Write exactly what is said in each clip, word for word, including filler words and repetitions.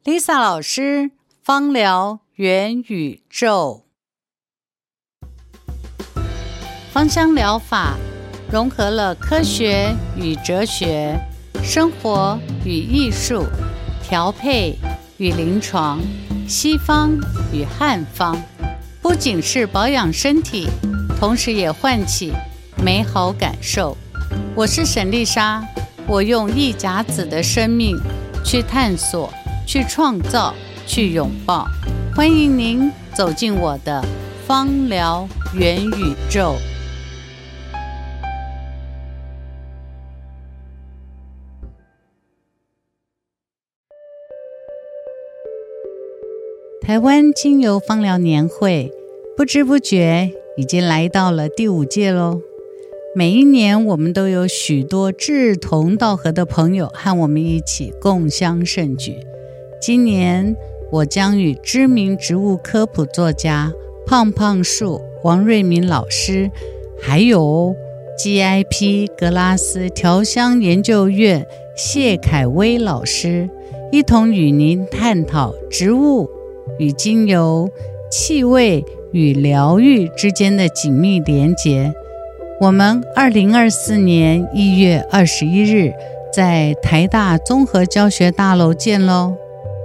Lisa 老师芳疗元宇宙，芳香疗法融合了科学与哲学，生活与艺术，调配与临床，西方与汉方，不仅是保养身体，同时也唤起美好感受。我是沈丽莎，我用一甲子的生命去探索，去创造，去拥抱。欢迎您走进我的芳疗元宇宙。台湾精油芳疗年会不知不觉已经来到了第五届咯。每一年我们都有许多志同道合的朋友和我们一起共襄盛举。今年我将与知名植物科普作家胖胖树王瑞明老师，还有 G I P 格拉斯调香研究院谢凯威老师，一同与您探讨植物与精油、气味与疗愈之间的紧密连结。我们二零二四年一月二十一日在台大综合教学大楼见咯。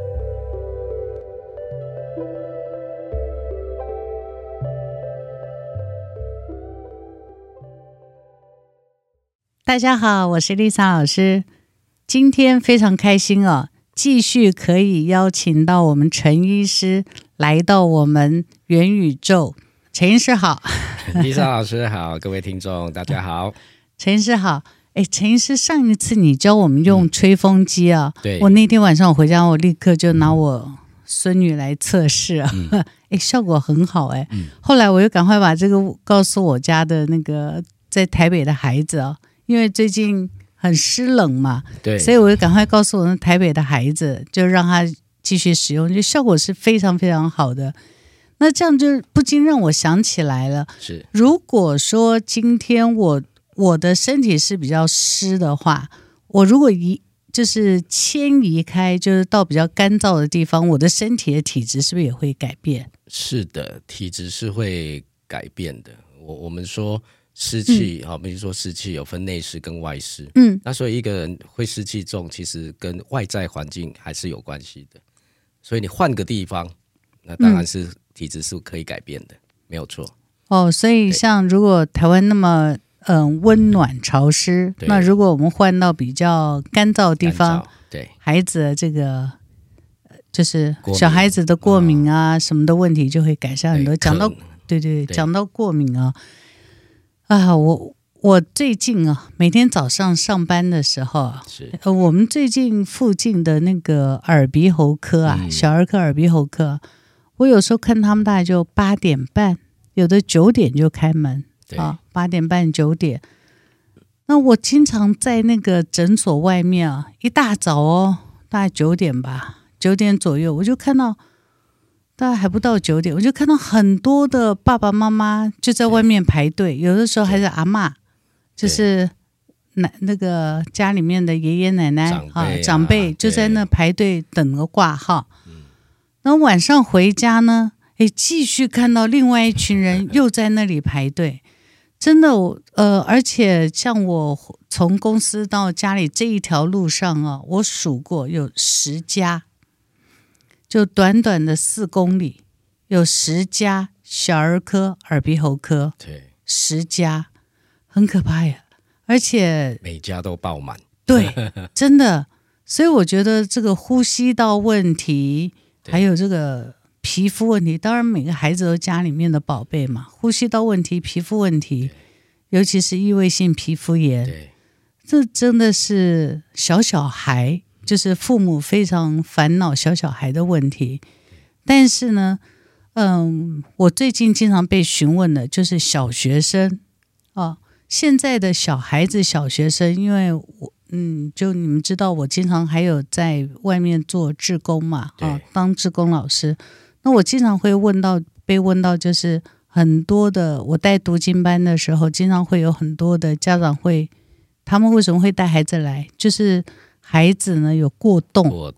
大家好，我是丽莎老师。今天非常开心哦，继续可以邀请到我们陈医师来到我们元宇宙。陈医师好。 丽莎老师好，各位听众大家好。 陈医师好。哎，陈医师，上一次你教我们用吹风机啊、嗯、 对， 我那天晚上我回家，我立刻就拿我孙女来测试啊，嗯、哎，效果很好哎、嗯。后来我又赶快把这个告诉我家的那个在台北的孩子啊，因为最近很湿冷嘛， 对， 所以我就赶快告诉我那台北的孩子，就让他继续使用，就效果是非常非常好的。那这样就不禁让我想起来了， 是如果说今天我我的身体是比较湿的话，我如果移就是迁移开，就是到比较干燥的地方，我的身体的体质是不是也会改变？ 是的，体质是会改变的。我我们说湿气，好、嗯，比如说湿气有分内湿跟外湿，嗯，那所以一个人会湿气重，其实跟外在环境还是有关系的。所以你换个地方，那当然是体质是可以改变的，嗯、没有错。 哦，所以像如果台湾那么嗯温暖潮湿，那如果我们换到比较干燥的地方， 对孩子的这个就是小孩子的过敏啊、哦、什么的问题就会改善很多。讲到对对讲到过敏啊。啊，我我最近啊，每天早上上班的时候啊，呃，我们最近附近的那个耳鼻喉科啊，嗯、小儿科、耳鼻喉科，我有时候看他们大概就八点半，有的九点就开门啊，八点半九点。那我经常在那个诊所外面啊，一大早哦，大概九点吧，九点左右，我就看到。大概还不到九点，我就看到很多的爸爸妈妈就在外面排队，有的时候还是阿嬷，就是那那个家里面的爷爷奶奶长辈、啊啊、长辈就在那排队等个挂号。然后晚上回家呢，哎，继续看到另外一群人又在那里排队。真的，呃，而且像我从公司到家里这一条路上啊，我数过有十家。就短短的四公里，有十家小儿科、耳鼻喉科， 对， 十家，很可怕呀！而且每家都爆满， 对，真的。所以我觉得这个呼吸道问题，还有这个皮肤问题，当然每个孩子都家里面的宝贝嘛。呼吸道问题、皮肤问题，尤其是异位性皮肤炎， 对， 这真的是小小孩。就是父母非常烦恼小小孩的问题，但是呢，嗯，我最近经常被询问的就是小学生哦，现在的小孩子、小学生，因为我嗯，就你们知道，我经常还有在外面做志工嘛，啊、哦，当志工老师，那我经常会问到被问到，就是很多的我带读经班的时候，经常会有很多的家长会，他们为什么会带孩子来，就是。孩子呢有过动， 过动，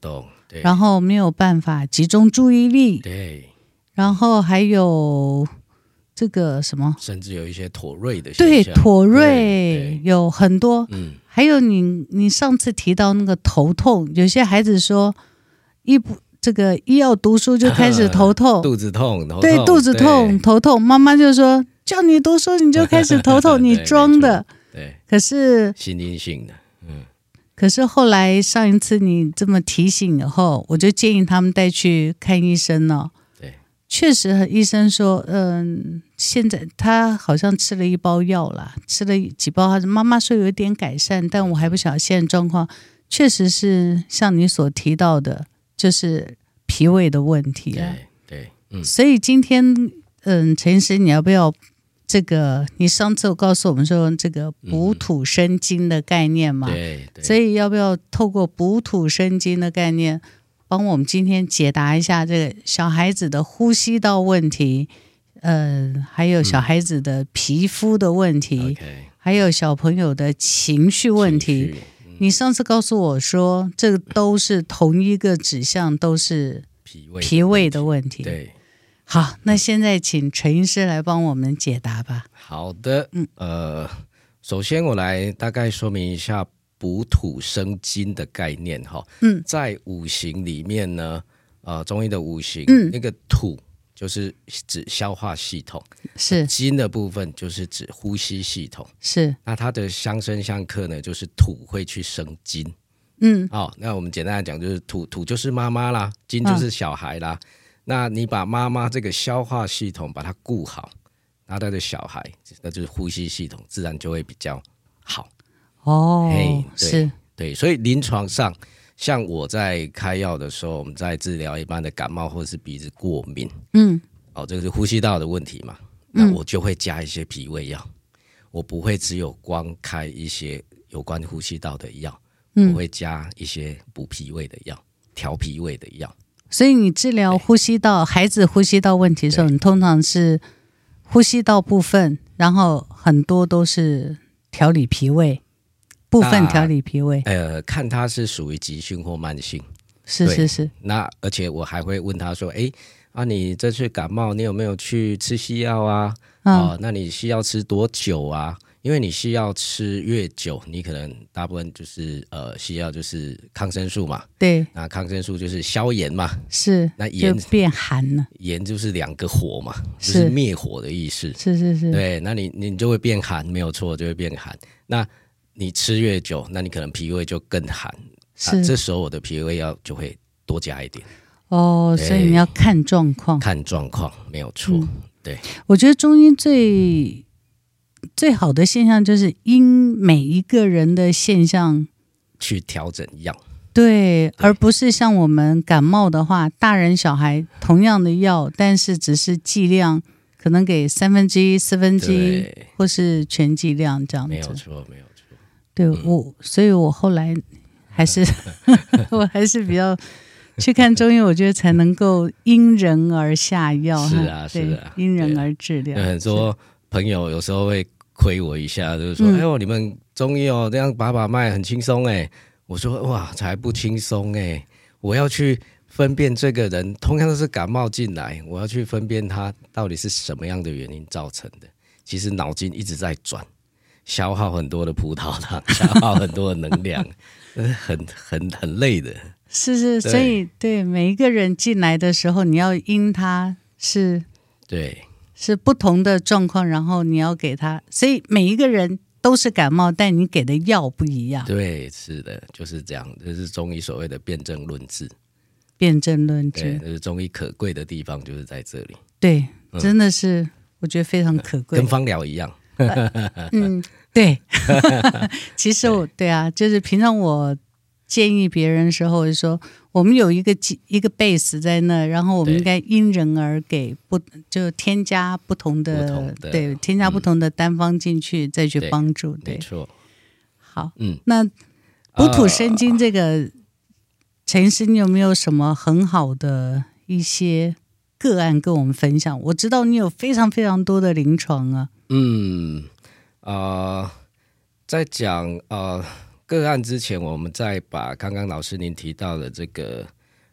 然后没有办法集中注意力， 对， 然后还有这个什么， 甚至有一些妥瑞的现象， 对，妥瑞有很多， 嗯， 还有你你上次提到那个头痛，有些孩子说一不这个一要读书就开始头痛， 肚子痛，头痛对，肚子痛，头痛，妈妈就说叫你读书你就开始头痛，你装的， 对， 可是心因性的，嗯， 可是后来上一次你这么提醒以后，我就建议他们带去看医生了。 对， 确实医生说，嗯，现在他好像吃了一包药啦，吃了几包，他妈妈说有一点改善，但我还不晓得现在状况。确实是像你所提到的，就是脾胃的问题啊。 对对，嗯。 所以今天，嗯，陈医师，你要不要这个？你上次有告诉我们说这个补土生金的概念嘛？ 嗯、对对。 所以要不要透过补土生金的概念，帮我们今天解答一下这个小孩子的呼吸道问题，呃，还有小孩子的皮肤的问题， 嗯 okay、 还有小朋友的情绪问题。你上次告诉我说，这个都是同一个指向，都是脾胃脾胃的问题。 对， 好，那现在请陈医师来帮我们解答吧。 好的，嗯，呃，首先我来大概说明一下补土生金的概念哈。嗯，在五行里面呢，呃，中医的五行，嗯，那个土就是指消化系统， 是金的部分就是指呼吸系统， 是。 那它的相生相克呢，就是土会去生金，嗯，好、哦，那我们简单来讲，就是土土就是妈妈啦，金就是小孩啦。嗯、那你把妈妈这个消化系统把它顾好，那他的小孩那就是呼吸系统，自然就会比较好。 哦， 对是， 对，所以临床上。像我在开药的时候，我们在治疗一般的感冒或者是鼻子过敏，嗯，哦，这个是呼吸道的问题嘛，那我就会加一些脾胃药，嗯、我不会只有光开一些有关呼吸道的药，嗯、我会加一些补脾胃的药、调脾胃的药。 所以你治疗呼吸道孩子呼吸道问题的时候，你通常是呼吸道部分，然后很多都是调理脾胃。部分调理脾胃， 呃，看他是属于急性或慢性， 是是是。 那而且我还会问他说：“哎，啊，你这次感冒，你有没有去吃西药啊？嗯、哦，那你西药吃多久啊？因为你西药吃越久，你可能大部分就是呃，西药就是抗生素嘛， 对， 那抗生素就是消炎嘛， 是， 那炎就变寒了， 炎就是两个火嘛，就是灭火的意思， 是是是， 对，那你你就会变寒，没有错，就会变寒。那你吃越久，那你可能脾胃就更寒，是、啊、这时候我的脾胃药就会多加一点。 哦，所以你要看状况， 看状况没有错、嗯。对， 我觉得中医最最好的现象就是因每一个人的现象去调整药， 对，而不是像我们感冒的话，大人小孩同样的药，但是只是剂量。可能给三分之一、四分之一，或是全剂量这样子， 没有错，没有错。 对、嗯、我，所以我后来还是我还是比较去看中医，我觉得才能够因人而下药。 是啊，是啊， 因人而治疗。 很多朋友有时候会亏我一下，就是说：“嗯、哎呦，你们中医哦，这样把把脉很轻松哎。”我说：“哇，才不轻松哎！我要去。”分辨这个人同样都是感冒进来，我要去分辨他到底是什么样的原因造成的。其实脑筋一直在转，消耗很多的葡萄糖，消耗很多的能量，很很很累的。 是是，所以对每一个人进来的时候，你要因他是对是不同的状况，然后你要给他，所以每一个人都是感冒，但你给的药不一样。 对，是的，就是这样，这是中医所谓的辩证论治。 辩证论治， 对，就是中医可贵的地方就是在这里。 对，嗯、真的是我觉得非常可贵， 跟芳疗一样。 嗯，对。其实我 对, 对啊，就是平常我建议别人的时候，我就说我们有一个一个 base 在那，然后我们应该因人而给不就添加不同的, 不同的对，添加不同的单方进去，嗯、再去帮助。对， 没错。 好，嗯，那补土生金这个。呃陈医师，你有没有什么很好的一些个案跟我们分享？我知道你有非常非常多的临床啊。 嗯，呃，在讲呃个案之前，我们再把刚刚老师您提到的这个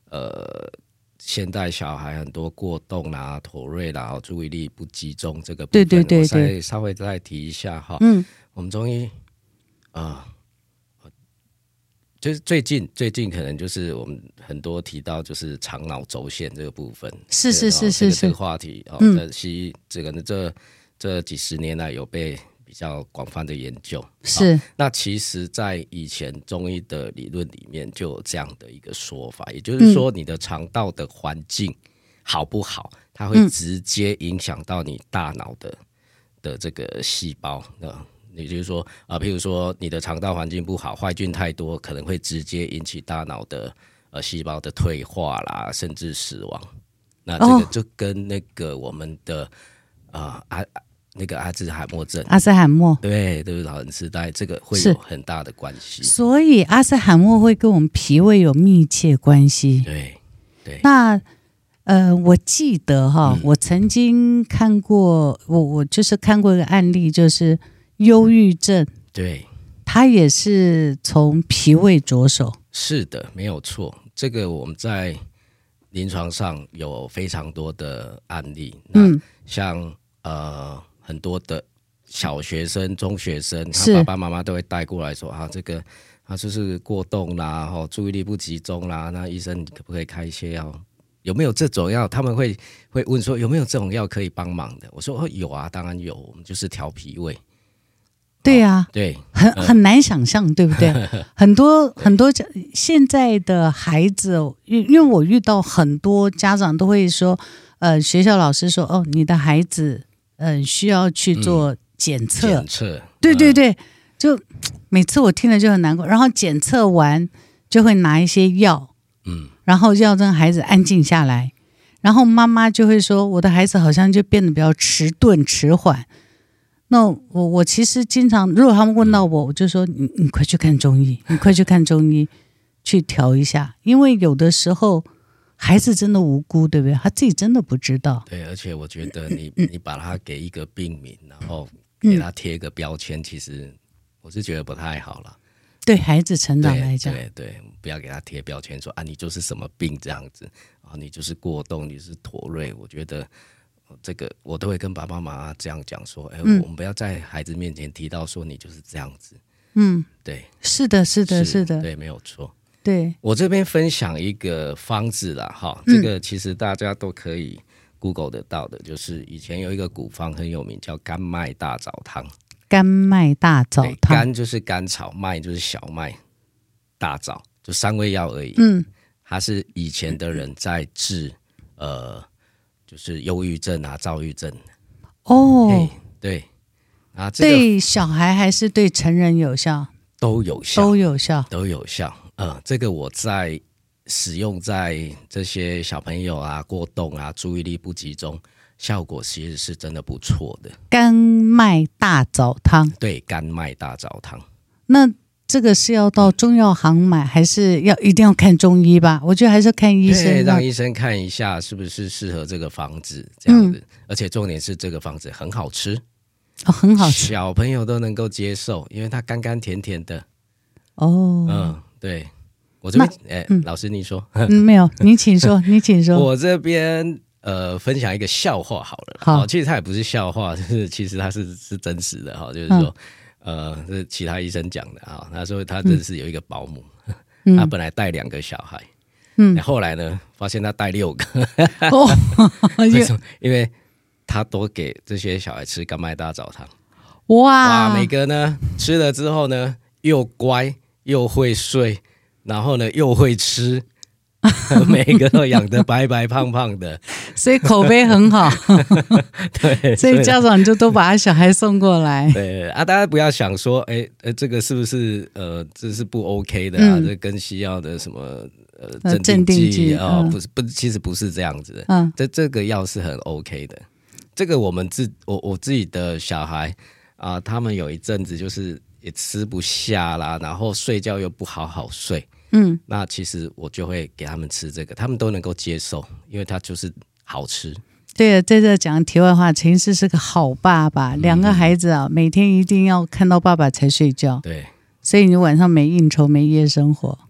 呃，现代小孩很多过动啦、妥瑞啦、注意力不集中这个部分， 对对对对， 我再稍微再提一下哈。 嗯， 我们中医啊。呃就是最近最近可能就是我们很多提到就是肠脑轴线这个部分， 是是是是是这个话题哦，在西这个这这几十年来有被比较广泛的研究。 是， 那其实，在以前中医的理论里面就有这样的一个说法，也就是说，你的肠道的环境好不好，它会直接影响到你大脑的的这个细胞的。也就是说啊、呃，譬如说你的肠道环境不好，坏菌太多，可能会直接引起大脑的呃细胞的退化啦，甚至死亡。那这个就跟那个我们的啊阿、呃、那个阿兹海默症， 阿兹海默对，对老人痴呆这个会有很大的关系。 所以阿兹海默会跟我们脾胃有密切关系。 对对。 那呃，我记得哈，嗯、我曾经看过，我我就是看过一个案例，就是忧郁症， 对， 它也是从脾胃着手。 是的，没有错。这个我们在临床上有非常多的案例。嗯，那像呃很多的小学生、中学生，他爸爸妈妈都会带过来说啊，这个他就是过动啦，哦，注意力不集中啦，那医生你可不可以开一些药？有没有这种药？他们会会问说有没有这种药可以帮忙的？我说哦有啊，当然有，我们就是调脾胃。 对呀、啊， 对， 很很难想象，对不对？很多很多现在的孩子，因为我遇到很多家长都会说，呃，学校老师说，哦，你的孩子，嗯、呃，需要去做检测， 检测， 对对对，就每次我听了就很难过。然后检测完就会拿一些药，嗯，然后要让孩子安静下来，然后妈妈就会说，我的孩子好像就变得比较迟钝、迟缓。那我我其实经常，如果他们问到我，我就说你你快去看中医，你快去看中医，去调一下，因为有的时候孩子真的无辜，对不对？他自己真的不知道。 对，而且我觉得你你把他给一个病名，然后给他贴一个标签，其实我是觉得不太好了。 对孩子成长来讲， 对 对, 对，不要给他贴标签说啊，你就是什么病这样子啊，你就是过动，你是妥瑞，我觉得。这个我都会跟爸爸妈妈这样讲说，哎、嗯，我们不要在孩子面前提到说你就是这样子。嗯，对， 是的，是的，是的， 对，没有错。 对， 我这边分享一个方子啦，哈，这个其实大家都可以 Google 得到的，就是以前有一个古方很有名，叫甘麦大枣汤。 甘麦大枣汤， 甘就是甘草，麦就是小麦，大枣就三味药而已。嗯，它是以前的人在治呃。就是忧郁症啊、躁郁症哦， 对啊，这个、 对小孩还是对成人有效？ 都有效， 都有效， 都有效。呃，这个我在使用在这些小朋友啊、过动啊、注意力不集中，效果其实是真的不错的。 甘麦大枣汤， 对，甘麦大枣汤。 那这个是要到中药行买，还是要一定要看中医吧？我觉得还是要看医生， 对，让医生看一下是不是适合这个方子这样子。嗯、而且重点是这个方子很好吃， 哦，很好吃， 小朋友都能够接受，因为它甘甘甜甜的。 哦， 嗯，对，我这边，哎、嗯，老师你说， 嗯，没有，你请说，你请说。 我这边呃，分享一个笑话好了。 好， 其实它也不是笑话，就是其实它是是真实的哈，就是说。嗯呃，是其他医生讲的啊。他说他真是有一个保姆，嗯、他本来带两个小孩，嗯，后来呢，发现他带六个。哦，为什么？因为他多给这些小孩吃甘麦大枣汤。哇哇，每个呢吃了之后呢，又乖又会睡，然后呢又会吃。每个都养得白白胖胖的， 所以口碑很好。 对， 所以家长就都把他小孩送过来。 对啊，大家不要想说，哎、欸，这个是不是呃，这是不 OK 的啊？嗯、这跟西药的什么呃镇定剂啊、哦，不是不，其实不是这样子的。嗯，这这个药是很 OK 的。这个我们自我我自己的小孩啊、呃，他们有一阵子就是也吃不下啦，然后睡觉又不好好睡。嗯，那其实我就会给他们吃这个，他们都能够接受，因为它就是好吃。 对，在这讲题外话，陈医师是个好爸爸，嗯、两个孩子啊，每天一定要看到爸爸才睡觉。 对， 所以你晚上没应酬，没夜生活。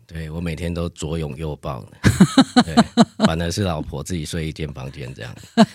对，我每天都左拥右抱的，对，反而是老婆自己睡一间房间这样。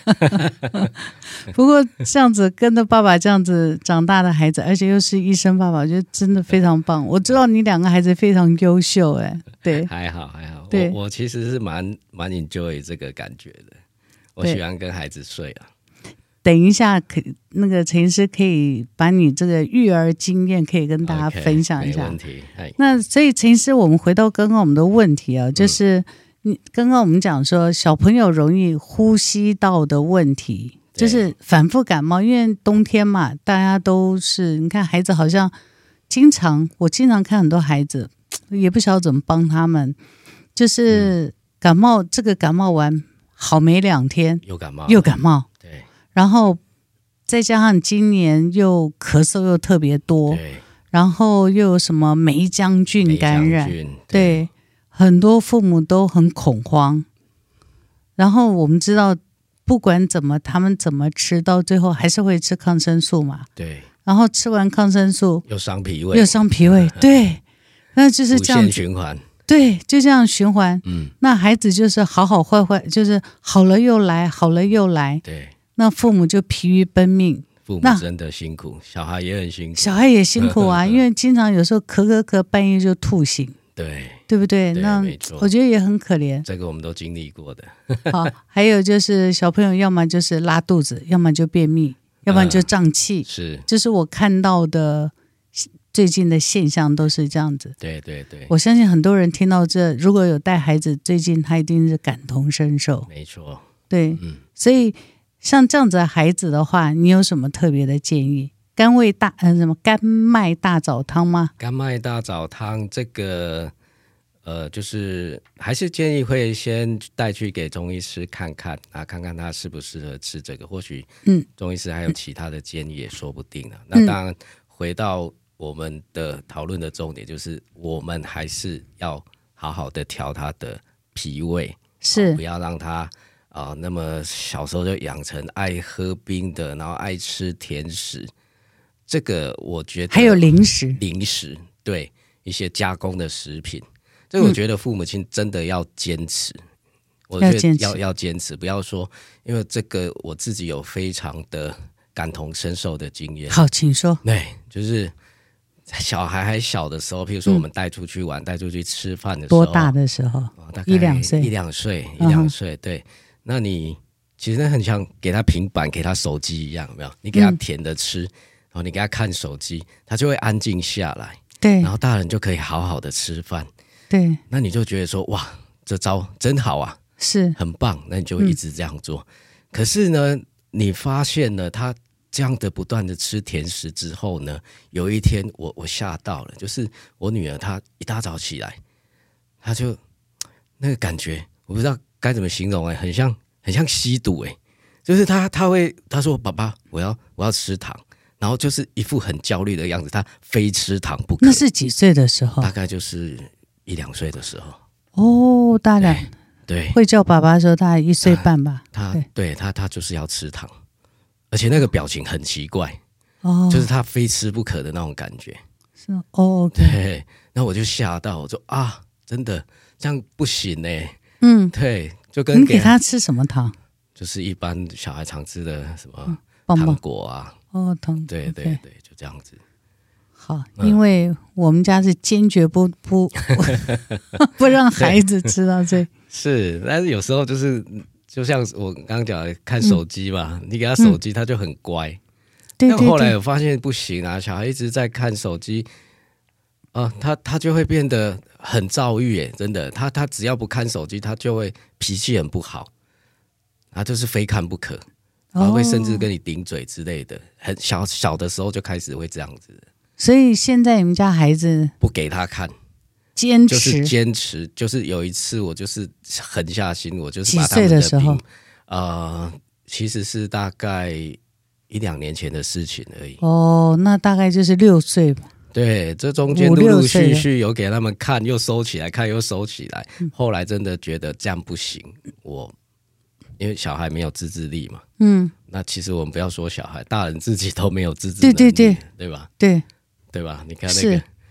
不过这样子跟着爸爸这样子长大的孩子，而且又是医生爸爸，我觉得真的非常棒。我知道你两个孩子非常优秀，哎，对， 还好还好， 对， 我我其实是蛮蛮 enjoy 这个感觉的，我喜欢跟孩子睡啊。 等一下，可那个陈医师可以把你这个育儿经验可以跟大家分享一下。 Okay, 没问题。 那所以陈医师，我们回到刚刚我们的问题啊，就是你刚刚我们讲说小朋友容易呼吸道的问题，就是反复感冒，因为冬天嘛，大家都是你看孩子好像经常，我经常看很多孩子，也不晓得怎么帮他们，就是感冒，这个感冒完好没两天， 又感冒， 又感冒。 对。 然后再加上今年又咳嗽又特别多，然后又有什么梅浆菌感染，对，对，很多父母都很恐慌。然后我们知道，不管怎么他们怎么吃，到最后还是会吃抗生素嘛。 对。 然后吃完抗生素又伤脾胃， 又伤脾胃，对，那就是这样无限循环。 对，就这样循环。嗯，那孩子就是好好坏坏，就是好了又来，好了又来。 对。 那父母就疲于奔命， 父母真的辛苦，小孩也很辛苦， 小孩也辛苦啊，因为经常有时候咳咳咳，半夜就吐醒， 对， 对不对？ 对， 那我觉得也很可怜， 这个我们都经历过的。 好，还有就是小朋友要么就是拉肚子，要么就便秘，要不然就胀气， 嗯、是， 就是我看到的最近的现象都是这样子。 对对对， 我相信很多人听到这，如果有带孩子，最近他一定是感同身受。 没错， 对， 嗯， 所以。像这样子的孩子的话，你有什么特别的建议？甘味大呃什么甘麦大枣汤吗？ 甘麦大枣汤这个呃，就是还是建议会先带去给中医师看看啊，看看他适不适合吃这个。或许嗯，中医师还有其他的建议也说不定了。嗯、那当然，回到我们的讨论的重点，就是我们还是要好好的调他的脾胃， 是、 哦、不要让他。啊、呃，那么小时候就养成爱喝冰的，然后爱吃甜食，这个我觉得还有零食， 零食对一些加工的食品，这个我觉得父母亲真的要坚持，嗯、我觉得要要坚持，不要说，因为这个我自己有非常的感同身受的经验。 好，请说。 对，就是小孩还小的时候，譬如说我们带出去玩、带、嗯、出去吃饭的时候， 多大的时候？ 哦、大概一两岁， 一两岁，一两岁，对。那你其实很像给他平板、给他手机一样，有没有？你给他甜的吃，嗯、然后你给他看手机，他就会安静下来。 对， 然后大人就可以好好的吃饭。 对， 那你就觉得说，哇，这招真好啊， 是很棒。那你就会一直这样做。嗯、可是呢，你发现了他这样的不断的吃甜食之后呢，有一天我我吓到了，就是我女儿她一大早起来，她就那个感觉，我不知道。该怎么形容哎、欸？很像很像吸毒哎、欸，就是他他会他说爸爸我要我要吃糖，然后就是一副很焦虑的样子，他非吃糖不可。 那是几岁的时候？ 大概就是一两岁的时候。 哦，大概对， 会叫爸爸的时候，大概一岁半吧。 他对, 对他他就是要吃糖，而且那个表情很奇怪哦， 就是他非吃不可的那种感觉。 是哦， okay、 对，那我就吓到，我说啊，真的这样不行哎、欸。嗯，对，就跟你给他吃什么糖？ 就是一般小孩常吃的什么糖果啊。 嗯、哦，糖， 对对对， okay、就这样子。 好，因为我们家是坚决不不不让孩子吃到这。 是，但是有时候就是就像我刚刚讲的，看手机嘛，嗯、你给他手机，他就很乖。 对对对。 但后来我发现不行啊，小孩一直在看手机。啊、呃，他他就会变得很躁郁耶，真的，他他只要不看手机，他就会脾气很不好，他就是非看不可，他会甚至跟你顶嘴之类的，很小小的时候就开始会这样子。 所以现在你们家孩子不给他看， 坚持， 就是坚持，就是有一次我就是狠下心，我就是把他们的几岁的时候，呃，其实是大概一两年前的事情而已。 哦，那大概就是六岁吧。 对，这中间陆陆续续有给他们看，又收起来看，又收起来。嗯、后来真的觉得这样不行，我因为小孩没有自制力嘛，嗯，那其实我们不要说小孩，大人自己都没有自制能力， 对对对， 对吧？ 对， 对吧？你看那个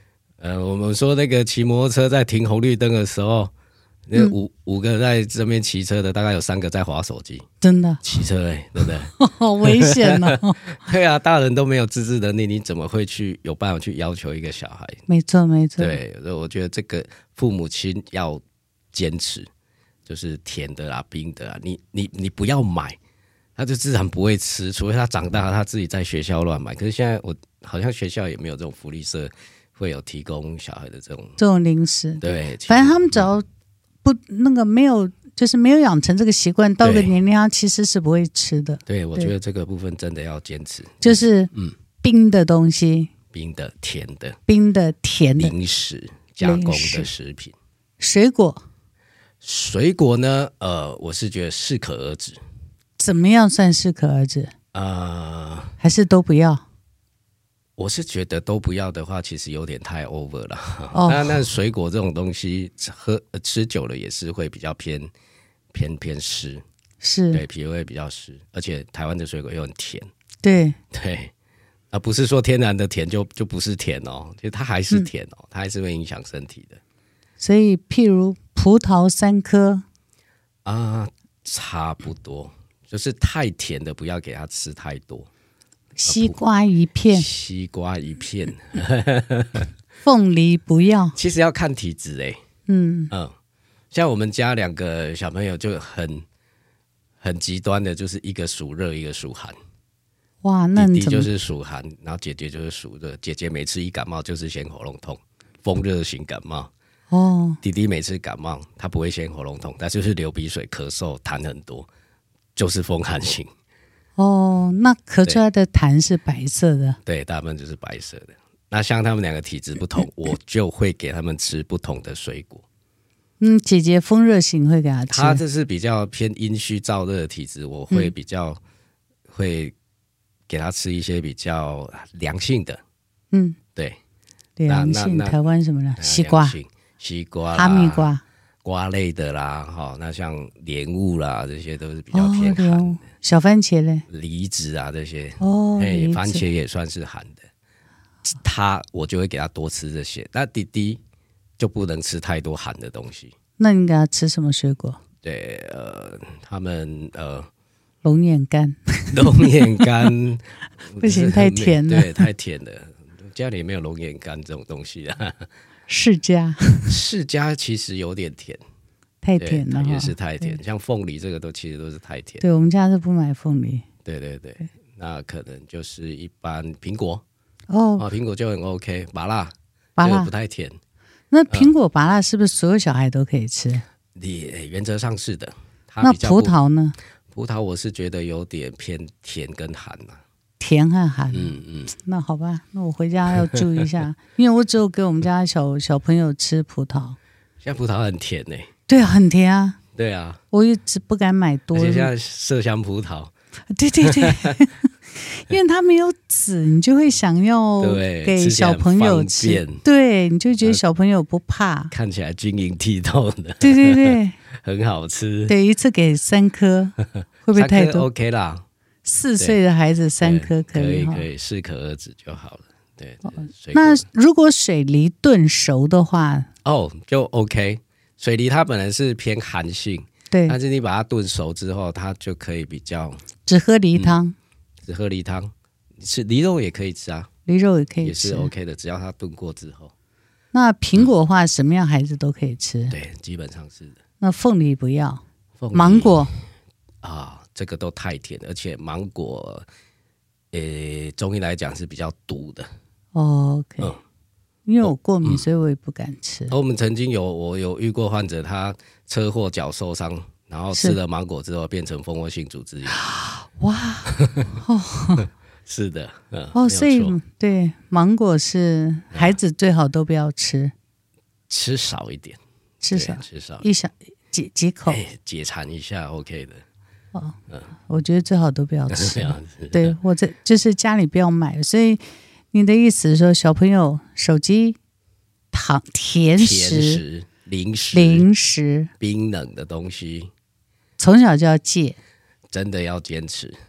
呃，我们说那个骑摩托车在停红绿灯的时候，那五、嗯、五个在这边骑车的，大概有三个在滑手机， 真的骑车哎、欸，对不对？ 好危险哦！ 对啊，大人都没有自制能力，你怎么会去有办法去要求一个小孩？ 没错，没错。 对，我觉得这个父母亲要坚持，就是甜的啊、冰的啊，你你你不要买，他就自然不会吃，除非他长大他自己在学校乱买。可是现在我好像学校也没有这种福利社会有提供小孩的这种这种零食。 对， 反正他们只要不那个没有，就是没有养成这个习惯，到个年龄他其实是不会吃的。 对，我觉得这个部分真的要坚持， 就是嗯，冰的东西， 冰的、甜的、 冰的、甜的零食、加工的食品、 水果。 水果呢，呃，我是觉得适可而止。 怎么样算适可而止？ 呃， 还是都不要？ 我是觉得都不要的话，其实有点太 over 了。哦、那那水果这种东西，喝吃久了也是会比较偏偏偏湿， 是对脾胃比较湿，而且台湾的水果又很甜。 对对，啊，不是说天然的甜就就不是甜哦，其实它还是甜哦，嗯、它还是会影响身体的。 所以，譬如葡萄三颗啊，差不多，就是太甜的不要给它吃太多。 西瓜一片， 西瓜一片， 凤梨不要。 其实要看体质哎、欸，嗯嗯，像我们家两个小朋友就很很极端的，就是一个属热，一个属寒。 哇，那你弟弟就是属寒，然后姐姐就是属热。姐姐每次一感冒就是先喉咙痛，风热型感冒。哦，弟弟每次感冒，他不会先喉咙痛，他就是流鼻水、咳嗽、痰很多，就是风寒型。 哦，那咳出来的痰是白色的？ 对，大部分就是白色的。那像他们两个体质不同，我就会给他们吃不同的水果。 嗯，姐姐风热型会给他吃， 他这是比较偏阴虚燥热的体质，我会比较、嗯、会给他吃一些比较凉性的。嗯，对， 凉性台湾什么呢？西瓜。 西瓜、 哈密瓜、 瓜类的啦，哈，那像莲雾啦，这些都是比较偏寒的。 哦、小番茄嘞， 梨子啊这些， 哦， 番茄也算是寒的。他我就会给他多吃这些，那弟弟就不能吃太多寒的东西。 那你给他吃什么水果？ 对，呃，他们呃， 龙眼干， 龙眼干不行，太甜了， 对，太甜了。家里没有龙眼干这种东西啊。释迦， 释迦其实有点甜， 太甜了， 也是太甜。像凤梨这个都其实都是太甜。 对，我们家是不买凤梨。 对对对，对那可能就是一般苹果哦，啊，苹果就很 OK， 芭乐，芭乐不太甜。 那苹果、芭乐是不是所有小孩都可以吃？ 你、呃、原则上是的。 那葡萄呢？ 葡萄我是觉得有点偏甜跟寒啊。 甜和寒，嗯嗯，那好吧，那我回家要注意一下，因为我只有给我们家小小朋友吃葡萄。 现在葡萄很甜呢、欸， 对啊，很甜啊， 对啊， 我一直不敢买多。 而且现在麝香葡萄， 对对对，因为它没有籽，你就会想要给小朋友吃，对，你就觉得小朋友不怕， 看起来晶莹剔透的， 对对对， 很好吃。 对，一次给三颗，会不会太多 ？OK 啦。 四岁的孩子三颗可以，可以可以适可而止就好了。对，哦、 那如果水梨炖熟的话， 哦，就 OK。水梨它本来是偏寒性， 对， 但是你把它炖熟之后，它就可以比较只喝梨汤、嗯， 只喝梨汤，吃梨肉也可以吃啊， 梨肉也可以吃， 也是 OK 的，只要它炖过之后。 那苹果的话，嗯、什么样孩子都可以吃， 对，基本上是的。 那凤梨不要，芒果啊。这个都太甜，而且芒果，呃，中医来讲是比较毒的。 哦、OK，、嗯、因为我过敏、嗯，所以我也不敢吃。 我们曾经有我有遇过患者，他车祸脚受伤，然后吃了芒果之后变成蜂窝性组织炎。 哇，哦， 是的，嗯、 哦，所以对芒果是孩子最好都不要吃， 吃少一点， 吃少吃少一小几几口， 欸、解馋一下 OK 的。 哦，我觉得最好都不要吃，对，或者就是家里不要买。所以你的意思是说，小朋友手机、糖、甜食、 甜食、零食、 零食、 冰冷的东西， 从小就要戒， 真的要坚持。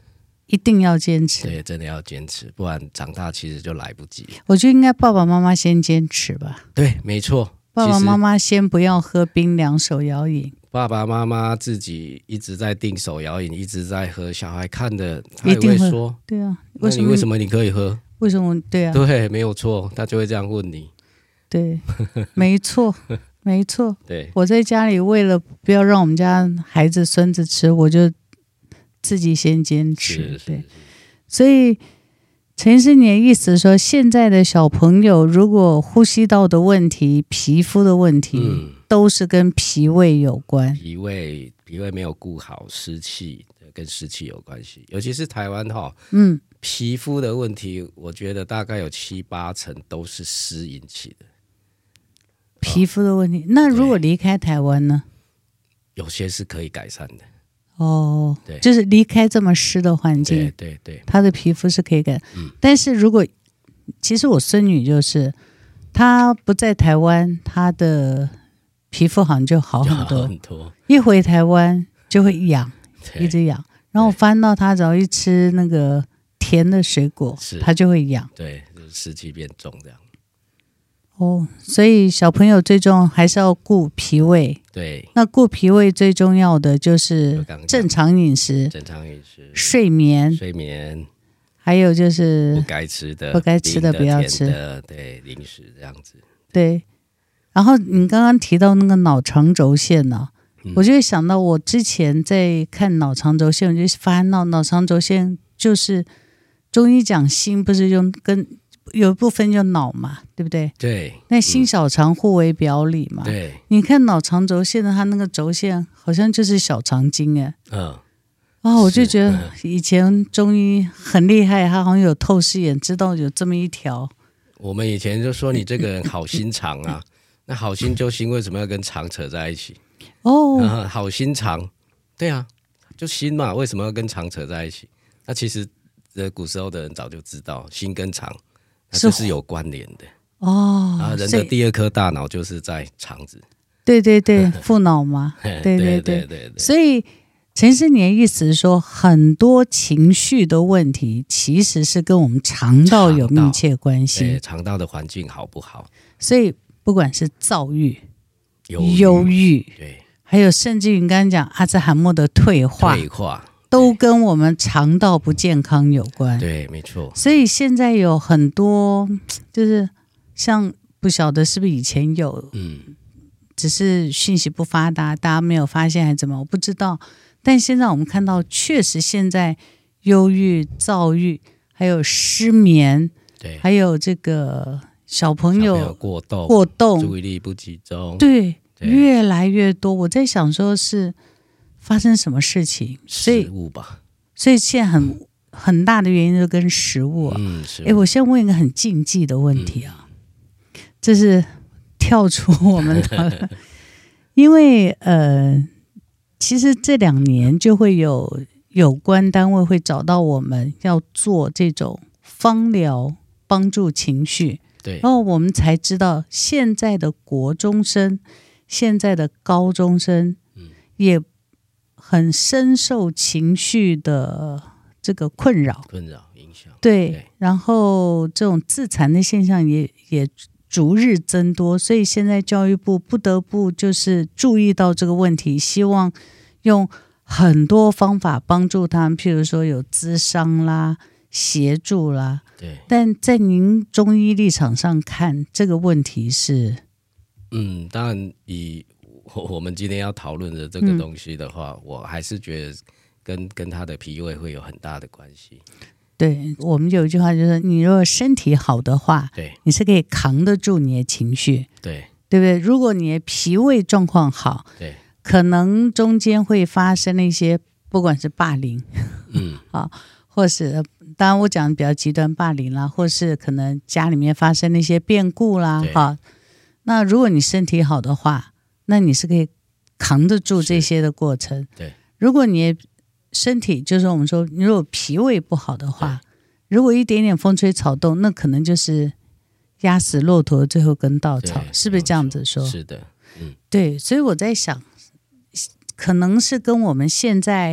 一定要坚持， 对，真的要坚持，不然长大其实就来不及。 我觉得应该爸爸妈妈先坚持吧。 对，没错， 爸爸妈妈先不要喝冰凉手摇饮。 爸爸妈妈自己一直在订手摇饮，一直在喝，小孩看的他也会说， 对啊， 为什么为什么你可以喝？ 为什么？对啊， 对，没有错，他就会这样问你。 对，没错，没错。 对， 我在家里为了不要让我们家孩子孙子吃，我就自己先坚持。 是是是， 对，所以陈医师，你的意思说，现在的小朋友如果呼吸道的问题、皮肤的问题，嗯，都是跟脾胃有关。 脾胃脾胃没有顾好，湿气跟湿气有关系。尤其是台湾哈，嗯，皮肤的问题，我觉得大概有七八成都是湿引起的。 皮肤的问题，那如果离开台湾呢？ 有些是可以改善的。 哦，对，就是离开这么湿的环境， 对对对， 她的皮肤是可以改。嗯，但是如果其实我孙女就是她不在台湾，她的皮肤好像就好很多， 很多一回台湾就会痒，一直痒。然后我翻到她只要一吃那个甜的水果，她就会痒。 对，就是湿气变重这样。 哦，所以小朋友最重还是要顾脾胃。 对， 那顾脾胃最重要的就是正常饮食、 正常饮食、 睡眠、 睡眠， 还有就是不该吃的、 不该吃的不要吃的，对，零食这样子。 对，然后你刚刚提到那个脑肠轴线呢、啊嗯，我就会想到我之前在看脑肠轴线，我就发现到脑肠轴线就是中医讲心，不是用跟。有一部分就脑嘛，对不对？ 对。 那心小肠互为表里嘛。 对。 你看脑肠轴线的，它那个轴线好像就是小肠经哎。嗯。啊，我就觉得以前中医很厉害，他好像有透视眼，知道有这么一条。 我们以前就说你这个人好心肠啊，那好心就心为什么要跟肠扯在一起？哦。嗯、好心肠，对啊，就心嘛，为什么要跟肠扯在一起？那其实呃，古时候的人早就知道心跟肠。这是有关联的哦，啊，人的第二颗大脑就是在肠子， 对对对，腹脑嘛，对对 对, 对, 对, 对。所以陈医师，你的意思是说，很多情绪的问题其实是跟我们肠道有密切关系， 对，肠道的环境好不好？ 所以不管是躁郁、 忧郁， 对， 还有甚至于你刚刚讲阿兹海默的退化， 退化。 都跟我们肠道不健康有关， 对，没错。 所以现在有很多，就是像不晓得是不是以前有，嗯，只是讯息不发达，大家没有发现还是怎么，我不知道。但现在我们看到，确实现在忧郁、躁郁，还有失眠， 对， 还有这个小朋友过动、 过动、 注意力不集中， 对，对越来越多。我在想说是。发生什么事情？ 食物吧， 所以现在很很大的原因就跟食物啊。嗯，哎，我先问一个很禁忌的问题啊，嗯、这是跳出我们的，因为呃，其实这两年就会有有关单位会找到我们要做这种芳疗帮助情绪， 对， 然后我们才知道现在的国中生、现在的高中生，嗯，也。很深受情绪的这个困扰， 困扰影响对, 对，然后这种自残的现象也也逐日增多，所以现在教育部不得不就是注意到这个问题，希望用很多方法帮助他们，譬如说有咨商啦、协助啦。 对， 但在您中医立场上看，这个问题是， 嗯，当然以。我们今天要讨论的这个东西的话，嗯、我还是觉得跟跟他的脾胃会有很大的关系。 对，我们有一句话就是，你如果身体好的话， 对， 你是可以扛得住你的情绪， 对， 对不对？如果你的脾胃状况好， 对， 可能中间会发生一些，不管是霸凌，嗯，啊，或是当然我讲的比较极端霸凌啦，或是可能家里面发生一些变故啦，哈。那如果你身体好的话，那你是可以扛得住这些的过程。 对， 如果你身体就是我们说，你如果脾胃不好的话，如果一点点风吹草动，那可能就是压死骆驼的最后一根稻草，是不是这样子说？ 是的，嗯， 对，所以我在想，可能是跟我们现在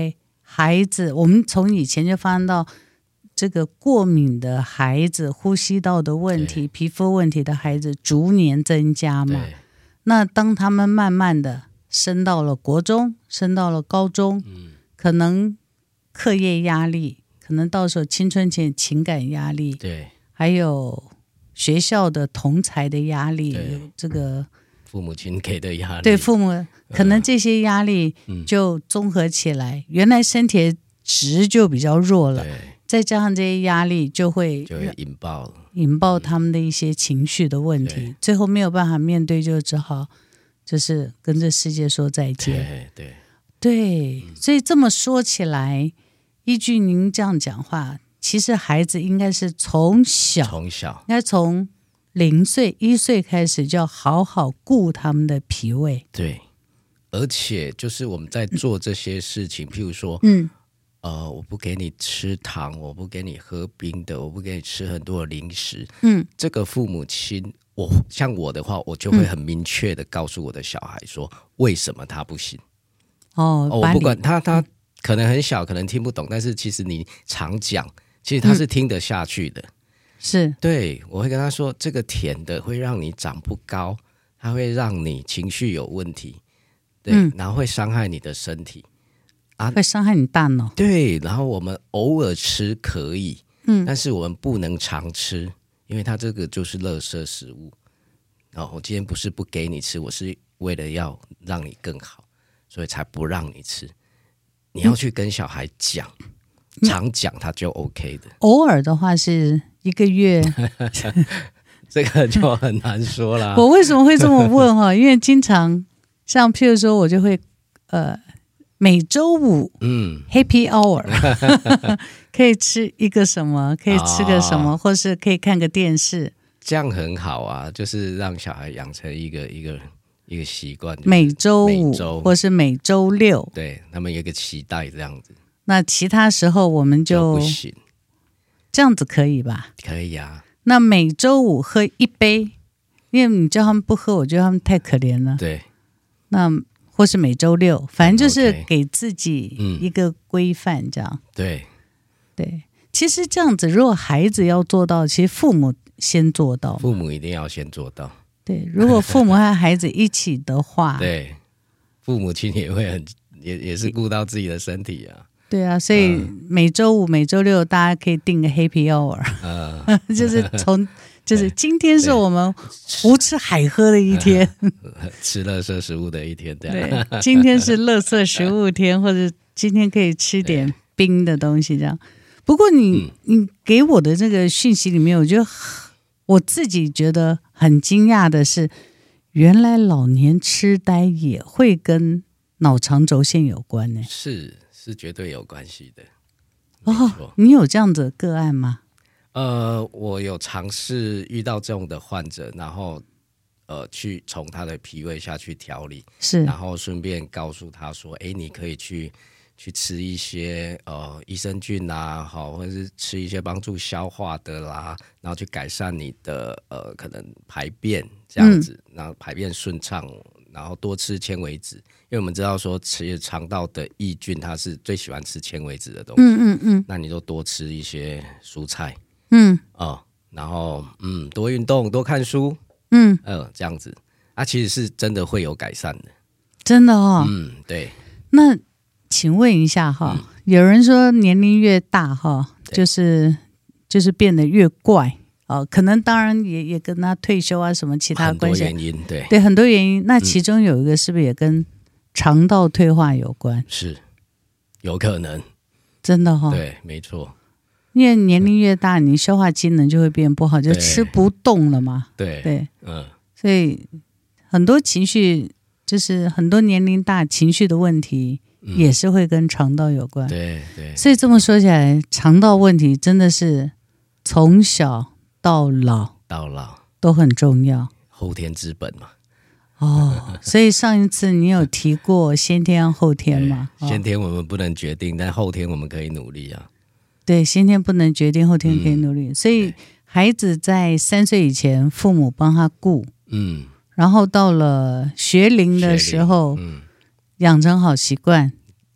孩子，我们从以前就发现到这个过敏的孩子、呼吸道的问题、皮肤问题的孩子逐年增加嘛。那当他们慢慢的升到了国中，升到了高中，嗯、可能课业压力，可能到时候青春期情感压力， 对， 还有学校的同侪的压力，这个父母亲给的压力， 对父母可能这些压力就综合起来，嗯、原来身体的值就比较弱了。再加上这些压力，就会就会引爆了， 引爆他们的一些情绪的问题，嗯、最后没有办法面对，就只好就是跟这世界说再见。 对对对，嗯、所以这么说起来，依据您这样讲话，其实孩子应该是从小， 从小应该从零岁一岁开始，就要好好顾他们的脾胃。 对，而且就是我们在做这些事情，譬如说， 嗯。 呃，我不给你吃糖，我不给你喝冰的，我不给你吃很多的零食。 嗯， 这个父母亲，我像我的话，我就会很明确的告诉我的小孩说，嗯、为什么他不行。 哦， 哦我不管他，他可能很小，可能听不懂，但是其实你常讲，其实他是听得下去的。嗯、 是， 对，我会跟他说，这个甜的会让你长不高，它会让你情绪有问题，对，嗯、然后会伤害你的身体。 啊、会伤害你大脑。 对，然后我们偶尔吃可以， 嗯， 但是我们不能常吃，因为它这个就是垃圾食物。然后我今天不是不给你吃，我是为了要让你更好，所以才不让你吃。你要去跟小孩讲，嗯、常讲他就 OK 的。 偶尔的话是一个月， 这个就很难说啦。 我为什么会这么问哈？因为经常像譬如说，我就会呃。每周五，嗯 ，Happy Hour， 可以吃一个什么，可以吃个什么，哦、或是可以看个电视， 这样很好啊，就是让小孩养成一个一个一个习惯，就是、 每周五或是每周六， 对他们有一个期待这样子。 那其他时候我们就, 就不行， 这样子可以吧？ 可以啊。 那每周五喝一杯，因为你叫他们不喝，我觉得他们太可怜了。 对， 那。或是每周六，反正就是给自己一个规范，这样。 嗯、对对，其实这样子，如果孩子要做到，其实父母先做到。 父母一定要先做到。 对，如果父母和孩子一起的话， 对，父母亲也会很也也是顾到自己的身体啊。 对啊，所以每周五、每周六，大家可以定个 Happy Hour，、呃、就是从。就是今天是我们胡吃海喝的一天， 吃垃圾食物的一天， 对，今天是垃圾食物天，或者今天可以吃点冰的东西这样。不过你、嗯、你给我的这个讯息里面，我觉得我自己觉得很惊讶的是，原来老年痴呆也会跟脑肠轴线有关呢？ 是是绝对有关系的。 哦，你有这样子的个案吗？ 呃，我有尝试遇到这种的患者，然后呃，去从他的脾胃下去调理， 是， 然后顺便告诉他说，哎，你可以去去吃一些呃益生菌啊，好，或者是吃一些帮助消化的啦，然后去改善你的呃可能排便这样子，嗯、然后排便顺畅，然后多吃纤维质，因为我们知道说吃肠道的益菌它是最喜欢吃纤维质的东西， 嗯嗯嗯， 那你就多吃一些蔬菜。 嗯哦，然后嗯，多运动，多看书， 嗯呃，这样子，啊，其实是真的会有改善的， 真的哦， 嗯，对。 那请问一下哈，嗯、有人说年龄越大哈，就是就是变得越怪哦、呃，可能当然也也跟他退休啊什么其他关系， 很多原因，对对，很多原因。那其中有一个是不是也跟肠道退化有关？ 是，有可能， 真的哈、哦， 对，没错。 因为年龄越大，你消化机能就会变不好，就吃不动了嘛。 对对， 嗯， 所以很多情绪，就是很多年龄大情绪的问题，也是会跟肠道有关。 嗯、对对， 所以这么说起来，肠道问题真的是从小到老到老都很重要， 后天之本嘛。 哦，所以上一次你有提过先天后天吗？ 先天我们不能决定，但后天我们可以努力啊。 对，先天不能决定，后天可以努力。嗯、所以孩子在三岁以前，父母帮他顾， 嗯， 然后到了学龄的时候，嗯，养成好习惯，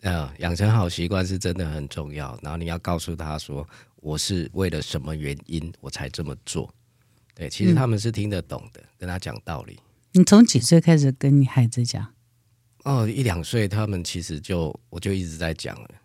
呃，养成好习惯是真的很重要。然后你要告诉他说，我是为了什么原因我才这么做。对，其实他们是听得懂的，嗯、跟他讲道理。 你从几岁开始跟你孩子讲？ 哦，一两岁，他们其实就我就一直在讲了。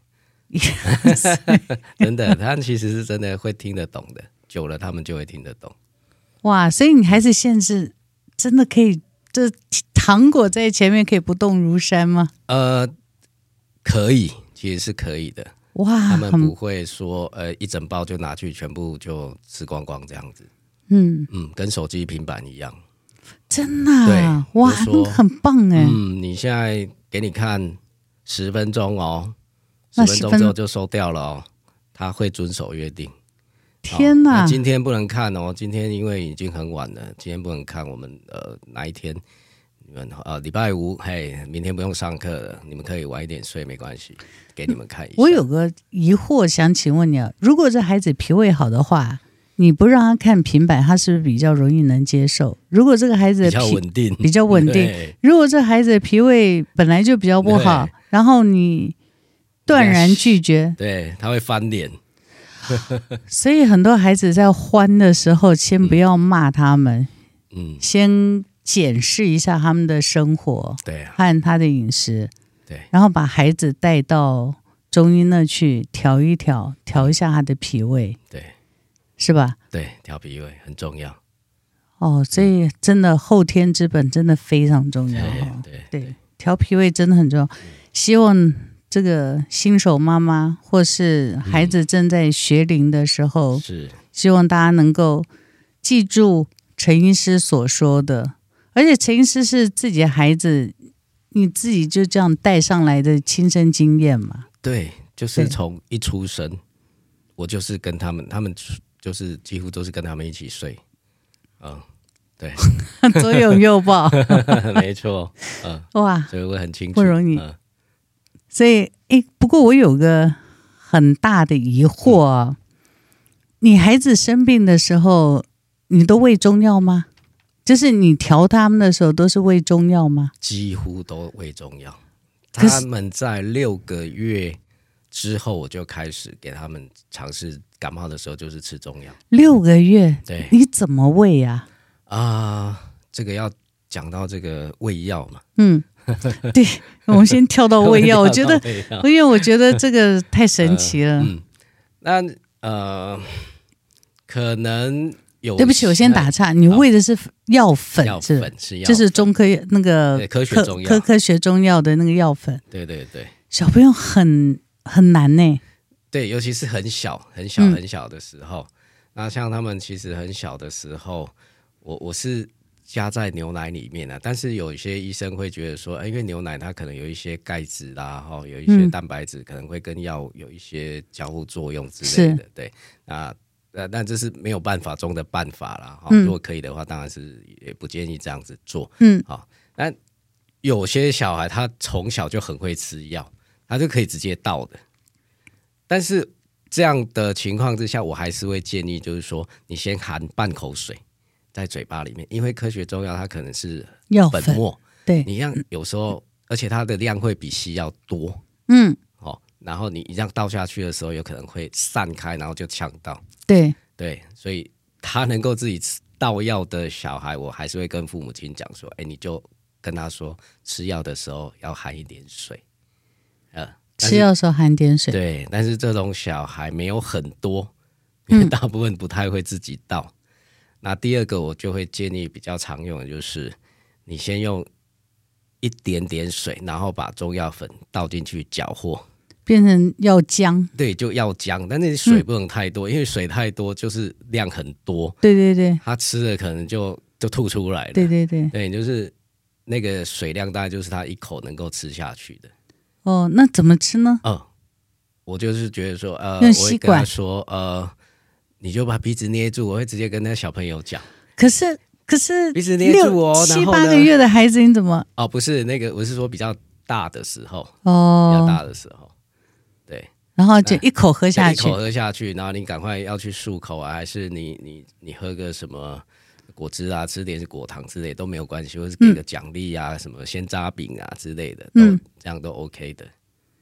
真的，他们其实是真的会听得懂的，久了他们就会听得懂。 哇，所以你孩子限制真的可以，这糖果在前面可以不动如山吗？ 呃，可以，其实是可以的。 哇， 他们不会说呃一整包就拿去全部就吃光光这样子。 嗯嗯，跟手机平板一样。 真的、啊？ 对， 哇，那很棒哎。 嗯，你现在给你看十分钟哦，十分钟之后就收掉了哦，他会遵守约定。 天哪、 哦！今天不能看哦，今天因为已经很晚了，今天不能看。我们呃哪一天？你们呃礼拜五，嘿，明天不用上课了，你们可以晚一点睡，没关系，给你们看一下。 我有个疑惑想请问你啊，如果这孩子脾胃好的话，你不让他看平板，他是不是比较容易能接受？如果这个孩子比较稳定， 比较稳定，如果这孩子的脾胃本来就比较不好，然后你断然拒绝， 对，他会翻脸。 所以很多孩子在欢的时候，先不要骂他们，嗯，先检视一下他们的生活， 对、啊， 和他的饮食， 对， 然后把孩子带到中医那去调一调，调一下他的脾胃， 对， 是吧？ 对，调脾胃很重要。 哦，所以真的后天之本真的非常重要， 对对对，调脾胃真的很重要。希望这个新手妈妈或是孩子正在学龄的时候， 嗯、是希望大家能够记住陈医师所说的，而且陈医师是自己的孩子，你自己就这样带上来的亲身经验嘛？ 对，就是从一出生，我就是跟他们，他们就是几乎都是跟他们一起睡，嗯，对， 左拥右抱， 没错，嗯， 哇， 所以我很清楚， 不容易。 嗯所以，哎，不过我有个很大的疑惑、啊嗯、你孩子生病的时候，你都喂中药吗？就是你调他们的时候，都是喂中药吗？ 几乎都喂中药。他们在六个月之后，我就开始给他们尝试感冒的时候，就是吃中药。 六个月， 对， 你怎么喂呀、 啊？啊、呃，这个要讲到这个喂药嘛。 嗯。对，我们先跳到胃药，我觉得，因为我觉得这个太神奇了。 呃、嗯，那呃，可能有。 对不起，我先打岔，你喂的是药粉， 药粉是药粉， 就是中科那个科学中药， 科科学中药的那个药粉。 对对对， 小朋友很很难呢。 对，尤其是很小很小很小的时候，嗯、那像他们其实很小的时候，我我是。加在牛奶里面啊，但是有一些医生会觉得说，因为牛奶它可能有一些钙质啦，哈，有一些蛋白质可能会跟药有一些交互作用之类的，对，那呃，但这是没有办法中的办法啦，哈、嗯，如果可以的话，当然是也不建议这样子做，嗯，好，但有些小孩他从小就很会吃药，他就可以直接倒的，但是这样的情况之下，我还是会建议，就是说你先含半口水。在嘴巴里面，因为科学中药它可能是粉末， 对， 你让有时候，而且它的量会比西药多， 嗯， 哦，然后你这样倒下去的时候，有可能会散开，然后就呛到， 对对，所以他能够自己倒药的小孩，我还是会跟父母亲讲说，哎，你就跟他说，吃药的时候要含一点水， 呃，吃药的时候含点水， 对，但是这种小孩没有很多，因为大部分不太会自己倒。嗯，那第二个我就会建议比较常用的就是你先用一点点水，然后把中药粉倒进去搅和变成药浆， 对，就药浆，但是水不能太多、嗯、因为水太多就是量很多， 对对对， 他吃了可能就就吐出来了， 对对对对，就是那个水量大概就是他一口能够吃下去的。 哦，那怎么吃呢？ 嗯，我就是觉得说呃，我会跟他说呃你就把鼻子捏住，我会直接跟那小朋友讲。 可是可是鼻子捏住哦， 七八个月的孩子你怎么？ 哦，不是那个，我是说比较大的时候， 哦， 比较大的时候，对， 然后就一口喝下去， 一口喝下去，然后你赶快要去漱口啊，还是你你你喝个什么果汁啊，吃点果糖之类都没有关系，或是给个奖励啊、嗯，什么鲜渣饼啊之类的，都、嗯、这样都 OK 的。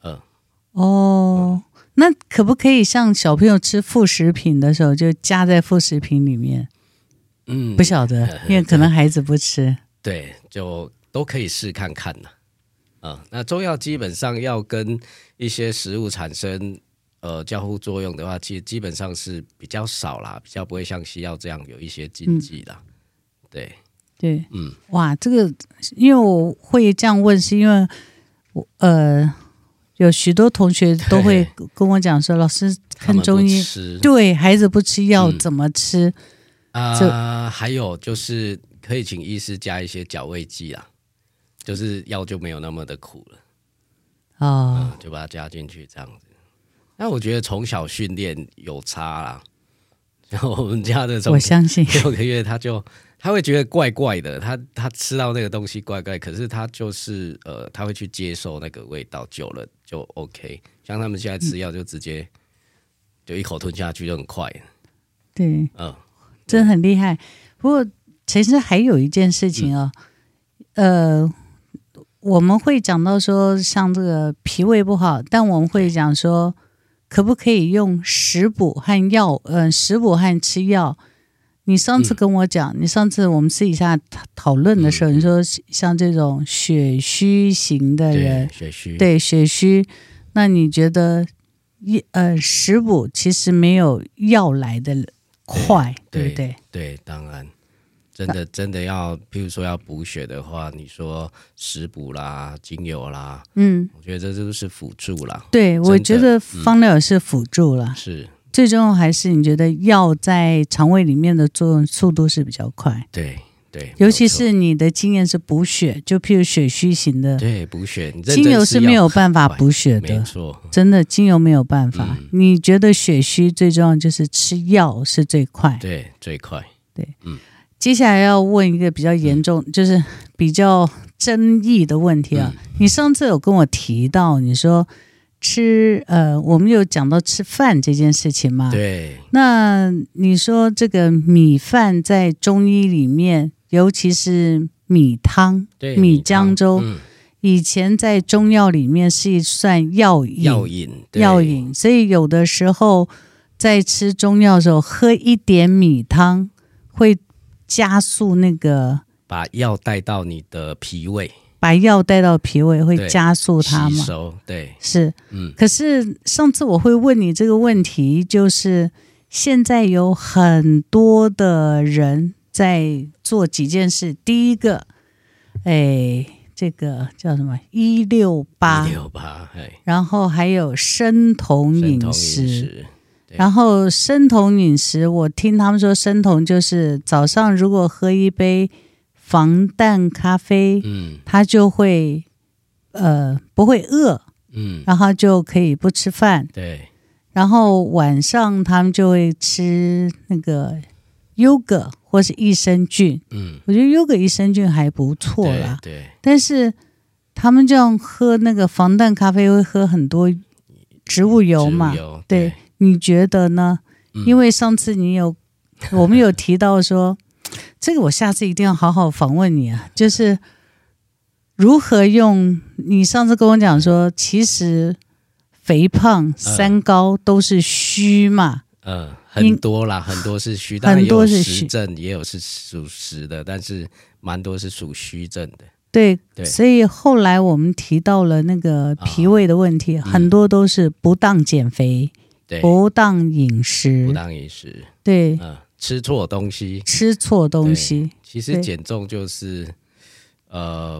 嗯， 哦，嗯、那可不可以像小朋友吃副食品的时候，就加在副食品里面？嗯，不晓得，因为可能孩子不吃。 对，就都可以试看看啦。啊、嗯，那中药基本上要跟一些食物产生呃交互作用的话，其实基本上是比较少啦，比较不会像西药这样有一些禁忌啦。嗯、对对，嗯，哇，这个因为我会这样问，是因为我呃有许多同学都会跟我讲说，老师看中医，对孩子不吃药、嗯、怎么吃？ 啊、呃，还有就是可以请医师加一些调味剂啊。就是药就没有那么的苦了，哦、嗯，就把它加进去这样子。那我觉得从小训练有差啦。然后我们家的我相信六个月他就他会觉得怪怪的，他他吃到那个东西怪怪，可是他就是呃他会去接受那个味道，久了就 OK。像他们现在吃药就直接、嗯、就一口吞下去就很快。 对，嗯，真的很厉害。不过其实还有一件事情哦，嗯、呃。我们会讲到说像这个脾胃不好，但我们会讲说可不可以用食补和药，呃，食补和吃药。你上次跟我讲、嗯、你上次我们私底下讨论的时候、嗯、你说像这种血虚型的人， 对血虚， 对血虚，那你觉得呃食补其实没有药来的快， 对, 对不对？ 对，当然真的真的要，譬如说要补血的话，你说食补啦、精油啦，嗯，我觉得这都是辅助啦。 对，我觉得芳疗是辅助啦、嗯，是最重要还是你觉得药在肠胃里面的作用速度是比较快？ 对对， 尤其是你的经验是补血，就譬如血虚型的， 对补血， 精油是没有办法补血的， 没错， 真的精油没有办法。嗯、你觉得血虚最重要就是吃药是最快， 对，最快， 对，嗯。接下来要问一个比较严重、嗯、就是比较争议的问题啊、嗯、你上次有跟我提到你说吃呃，我们有讲到吃饭这件事情嘛？ 对。 那你说这个米饭在中医里面，尤其是米汤、米浆粥、嗯，以前在中药里面是算药饮， 药饮， 药饮，所以有的时候在吃中药的时候喝一点米汤会加速那个把药带到你的脾胃， 把药带到脾胃会加速它嘛？ 吸收，对， 是，嗯。可是上次我会问你这个问题，就是现在有很多的人在做几件事。第一个，哎，这个叫什么一六八， 一六八， 然后还有生酮饮食。然后生酮饮食，我听他们说生酮就是早上如果喝一杯防弹咖啡，嗯，他就会呃不会饿，嗯，然后就可以不吃饭， 对。 然后晚上他们就会吃那个优格或是益生菌，嗯，我觉得优格益生菌还不错啦， 对。对， 但是他们这样喝那个防弹咖啡会喝很多植物油嘛， 植物油， 对。对，你觉得呢？因为上次你有，我们有提到说，这个我下次一定要好好访问你啊，就是如何用。你上次跟我讲说，其实肥胖、三高都是虚嘛， 嗯，很多啦，很多是虚，很多是实症，也有是属实的，但是蛮多是属虚症的。 对，对，所以后来我们提到了那个脾胃的问题，哦、很多都是不当减肥。 对， 不当饮食， 不当饮食， 对， 嗯，吃错东西， 吃错东西。 其实减重就是，呃，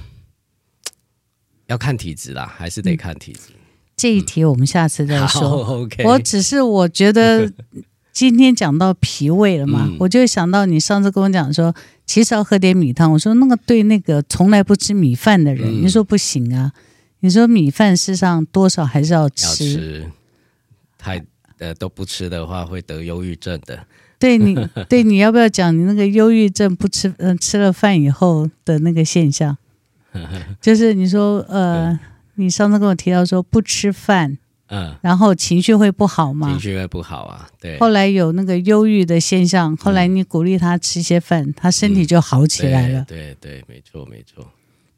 要看体质啦，还是得看体质。嗯、 这一题我们下次再说。 嗯、OK， 我只是我觉得今天讲到脾胃了嘛，嗯、我就想到你上次跟我讲说，其实要喝点米汤。我说那个对那个从来不吃米饭的人，嗯、你说不行啊？你说米饭事实上多少还是要吃。 要吃太呃都不吃的话，会得忧郁症的。 对你，对你要不要讲你那个忧郁症不吃，嗯、呃，吃了饭以后的那个现象？就是你说，呃，嗯、你上次跟我提到说不吃饭，嗯，然后情绪会不好吗？ 情绪会不好啊，对。 后来有那个忧郁的现象，后来你鼓励他吃些饭，嗯、他身体就好起来了。 对对对，没错没错。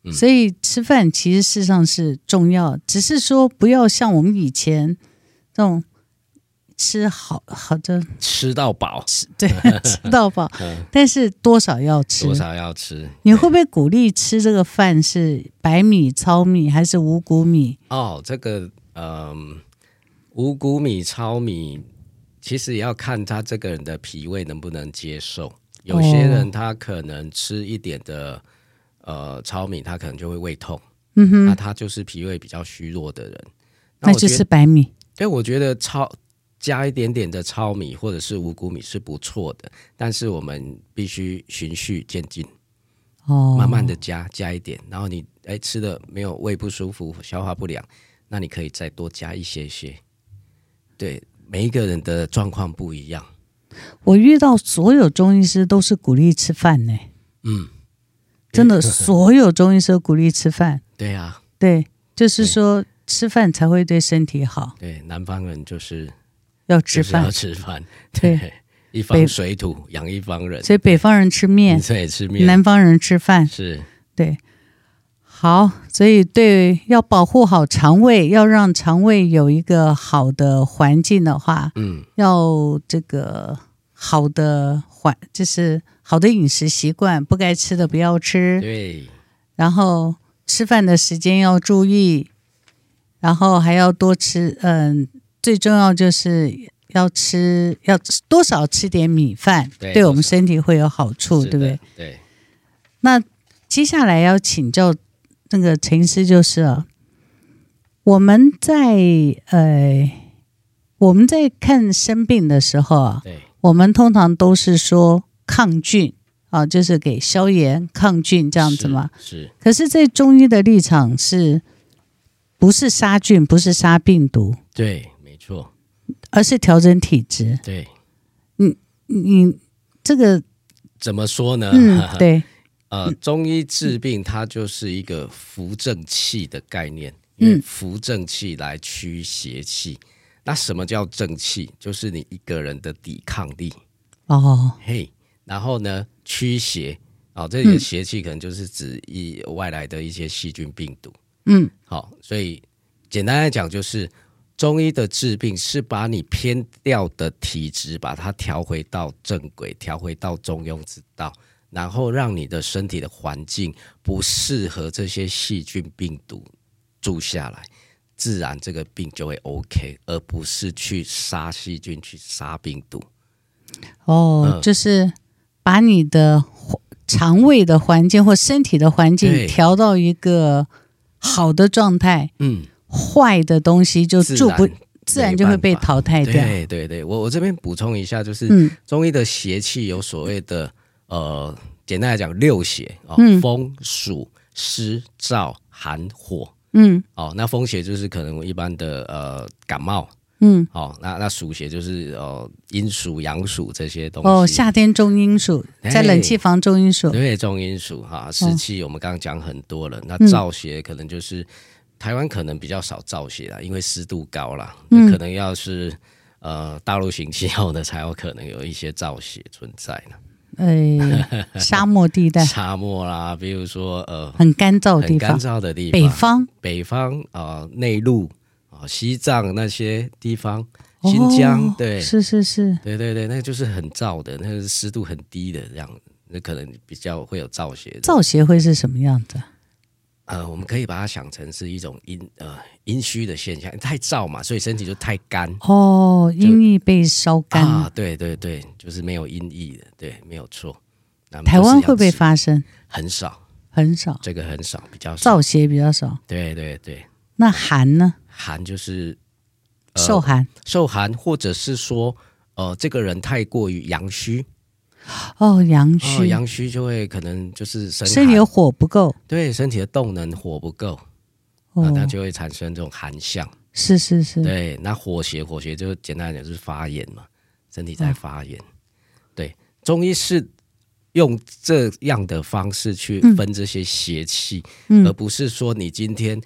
嗯、所以吃饭其实事实上是重要，只是说不要像我们以前这种吃好好的吃到饱， 对，吃到饱、嗯，但是多少要吃， 多少要吃。 你会不会鼓励吃这个饭是白米、糙米还是五谷米？ 哦，这个嗯，五谷米、糙米，其实也要看他这个人的脾胃能不能接受。有些人他可能吃一点的呃糙米，他可能就会胃痛，嗯哼，那他就是脾胃比较虚弱的人， 那, 那就吃白米。 对，我觉得糙加一点点的糙米或者是五谷米是不错的，但是我们必须循序渐进，哦，慢慢的加加一点，然后你哎吃的没有胃不舒服、消化不良，那你可以再多加一些些。对，每一个人的状况不一样。 我遇到所有中医师都是鼓励吃饭呢，嗯，真的，所有中医师都鼓励吃饭。 对啊， 对，就是说吃饭才会对身体好。 对，南方人就是要吃饭， 就是要吃饭。对，一方水土养一方人， 所以北方人吃面， 对，吃面； 南方人吃饭， 是， 对。好，所以对，要保护好肠胃，要让肠胃有一个好的环境的话，嗯，要这个好的环，就是好的饮食习惯，不该吃的不要吃， 对， 然后吃饭的时间要注意，然后还要多吃，嗯，最重要就是要吃，要多少吃点米饭，对，对我们身体会有好处，对不对？ 对。 那接下来要请教那个陈医师，就是啊，我们在呃我们在看生病的时候啊， 对， 我们通常都是说抗菌啊，就是给消炎、抗菌这样子嘛。 是。是可是，在中医的立场是，不是杀菌，不是杀病毒？ 对，没错， 而是调整体质。 对， 你你这个怎么说呢？ 嗯，对。 呃，中医治病它就是一个扶正气的概念，因为扶正气来驱邪气。嗯、那什么叫正气？就是你一个人的抵抗力哦。嘿，然后呢，驱邪哦，这里的邪气可能就是指一外来的一些细菌、病毒。嗯，好，所以简单来讲，就是中医的治病是把你偏掉的体质，把它调回到正轨，调回到中庸之道。然后让你的身体的环境不适合这些细菌病毒住下来，自然这个病就会 OK， 而不是去杀细菌、去杀病毒。 哦、嗯，就是把你的肠胃的环境或身体的环境调到一个好的状态，嗯，坏的东西就住不，自然就会被淘汰掉。 对对对，我我这边补充一下，就是、嗯、中医的邪气有所谓的。呃，简单来讲，六邪哦，嗯、风、暑、湿、燥、寒、火。嗯，哦，那风邪就是可能一般的呃感冒。嗯，哦，那那暑邪就是呃阴暑、阳暑这些东西。 哦，夏天重阴暑，在冷气房重阴暑。 对，重阴暑哈，湿气我们刚刚讲很多了。哦、那燥邪可能就是、嗯、台湾可能比较少燥邪啦，因为湿度高啦，嗯、可能要是呃大陆型气候的才有可能有一些燥邪存在呢。 呃，沙漠地带， 沙漠啦，比如说呃， 很干燥的地方， 很干燥的地方，北方， 北方啊，内陆啊，西藏那些地方，新疆，哦、对， 是是是， 对对对，那就是很燥的，那个湿度很低的这样，那可能比较会有燥邪。 燥邪会是什么样子？ 呃，我们可以把它想成是一种阴呃阴虚的现象，太燥嘛，所以身体就太干哦，阴液被烧干啊，对对对，就是没有阴液的，对，没有错。 台湾会不会发生？ 很少， 很少， 这个很少，比较少， 燥邪比较少。 对对对， 那寒呢？ 寒就是、 呃、受寒， 受寒，或者是说呃，这个人太过于阳虚。 哦，阳虚， 哦、阳虚就会可能就是身身体的火不够， 对，身体的动能火不够，哦、那它就会产生这种寒象。 是是是， 对，那火邪，火邪就简单来讲就是发炎嘛，身体在发炎。哦、对，中医是用这样的方式去分这些邪气，嗯、而不是说你今天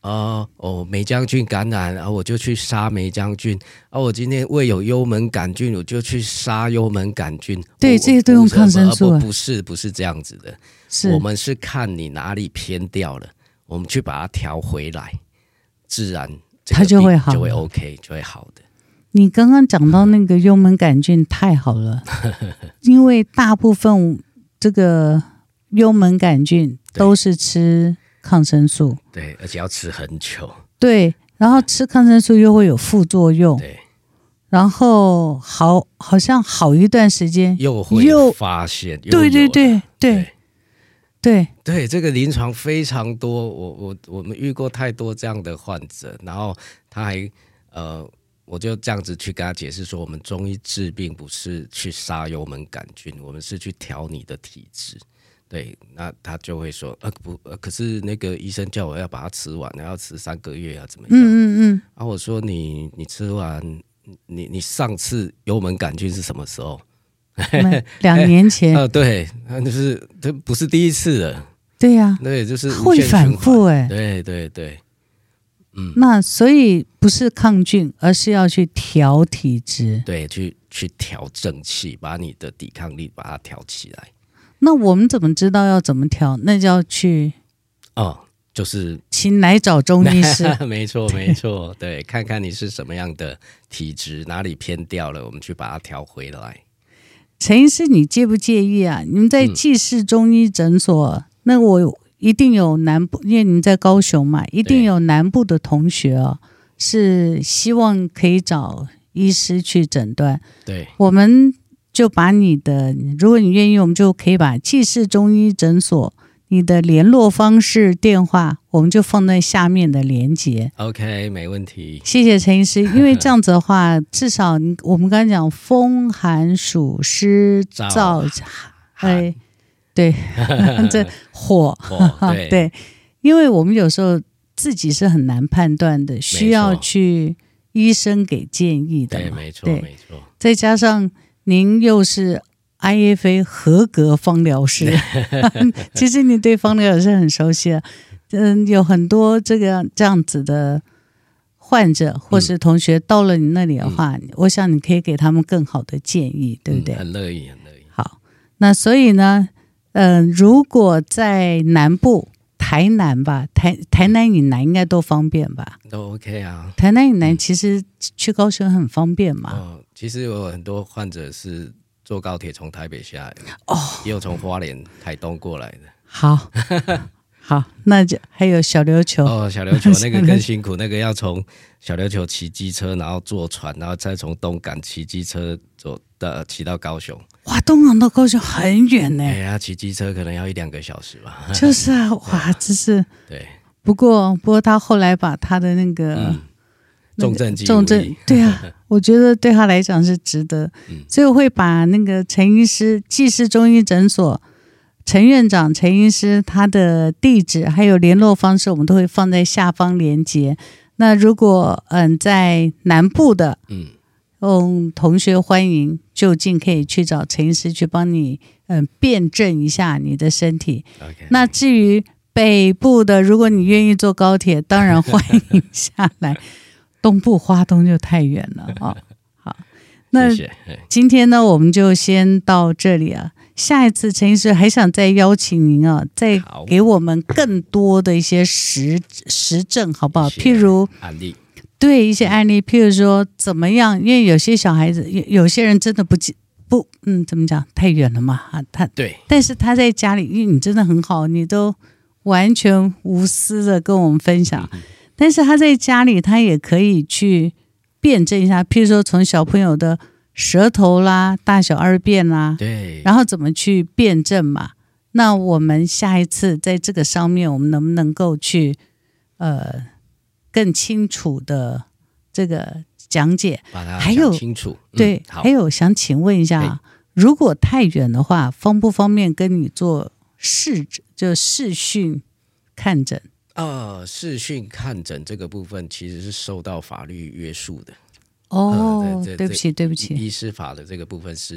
哦哦，梅将军感染，然后我就去杀梅将军。啊，我今天胃有幽门杆菌，我就去杀幽门杆菌。 对，这些都用抗生素。 不, 不是，不是这样子的。是我们是看你哪里偏掉了，我们去把它调回来，自然它就会好， 就会 OK， 就会好的。 你刚刚讲到那个幽门杆菌太好了，因为大部分这个幽门杆菌都是吃抗生素， 对，而且要吃很久， 对，然后吃抗生素又会有副作用， 对， 然后好好像好一段时间又会发现， 对对对对对对，这个临床非常多，我我我们遇过太多这样的患者，然后他还呃。我就这样子去跟他解释说，我们中医治病不是去杀幽门杆菌，我们是去调你的体质。对，那他就会说，呃不，呃可是那个医生叫我要把它吃完，要吃三个月啊，怎么样？嗯嗯嗯。啊，我说你你吃完，你你上次幽门杆菌是什么时候？ 两年前。 呃，对，就是这不是第一次了。 对呀、啊， 对，就是会反复哎、欸。 对对对。 嗯，那所以不是抗菌，而是要去调体质， 对，去去调正气，把你的抵抗力把它调起来。 那我们怎么知道要怎么调？那就要去哦，就是请来找中医师。 没错，没错，对，看看你是什么样的体质，哪里偏掉了，我们去把它调回来。 陈医师，你介不介意啊？你们在济世中医诊所，嗯、那我。一定有南部，因为你们在高雄嘛，一定有南部的同学哦，是希望可以找医师去诊断。 对， 我们就把你的，如果你愿意，我们就可以把济世中医诊所你的联络方式、电话，我们就放在下面的连结。 OK， 没问题。 谢谢陈医师，因为这样子的话，至少我们刚才讲风寒暑湿燥，哎。对，这火， 火对, 对，因为我们有时候自己是很难判断的，需要去医生给建议的嘛。 对，没错，没错。 再加上您又是 I F A 合格芳疗师，其实你对芳疗也是很熟悉的。嗯，有很多这个这样子的患者或是同学到了你那里的话，嗯、我想你可以给他们更好的建议，对不对？ 嗯、很乐意，很乐意。 好，那所以呢？嗯、呃，如果在南部，台南吧，台台南以南应该都方便吧？ 都 OK 啊。 台南以南其实去高雄很方便嘛。 哦，其实有很多患者是坐高铁从台北下来的，哦，也有从花莲、台东过来的。 好，好，那就还有小琉球哦，小琉球那个更辛苦，那个要从小琉球骑机车，然后坐船，然后再从东港骑机车走的骑到高雄。 哇，东港到高雄很远呢。 哎呀，骑机车可能要一两个小时吧。 就是啊，哇，这是对。 不过，不过他后来把他的那个、 嗯、重症肌重症，对啊，我觉得对他来讲是值得。嗯、所以我会把那个陈医师济世中医诊所陈院长陈医师他的地址还有联络方式，我们都会放在下方连结。那如果嗯在南部的，嗯。嗯，同学欢迎就近可以去找陈医师去帮你嗯辩证一下你的身体。 Okay. 那至于北部的，如果你愿意坐高铁，当然欢迎下来。东部花东就太远了啊、哦。好，那谢谢今天呢，我们就先到这里啊。下一次陈医师还想再邀请您啊，再给我们更多的一些实实证，好不好？譬如案例。 对一些案例，譬如说怎么样？因为有些小孩子，有有些人真的不不，嗯，怎么讲？太远了嘛，啊，他对， 但是他在家里，因为你真的很好，你都完全无私的跟我们分享。嗯、但是他在家里，他也可以去辩证一下，譬如说从小朋友的舌头啦、大小二便啦， 对， 然后怎么去辩证嘛？那我们下一次在这个上面，我们能不能够去呃？更清楚的这个讲解， 把它讲清楚。 对， 嗯、 还有想请问一下，如果太远的话，方不方便跟你做视就视讯看诊？ 呃，视讯看诊这个部分其实是受到法律约束的。 哦，呃、对不起，对不起， 医师法的这个部分是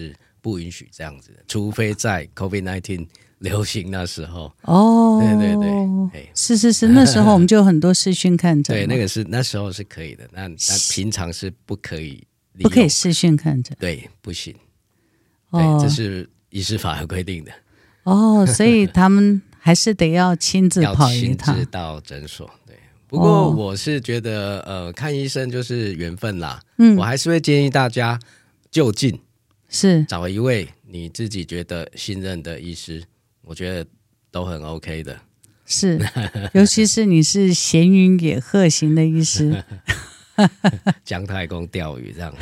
不允许这样子的，除非在 COVID 十九 流行那时候。 哦， 对对对， 是是是，那时候我们就很多视讯看诊。 对，那个是那时候是可以的，那但平常是不可以， 不可以视讯看诊。 对，不行。对，哦，这是医师法有规定的。 哦，所以他们还是得要亲自跑一趟， 要亲自到诊所。对，不过我是觉得，呃，看医生就是缘分啦。嗯，我还是会建议大家就近是找一位你自己觉得信任的医师，我觉得都很 OK 的。 是，尤其是你是闲云野鹤型的医师， 姜太公钓鱼这样。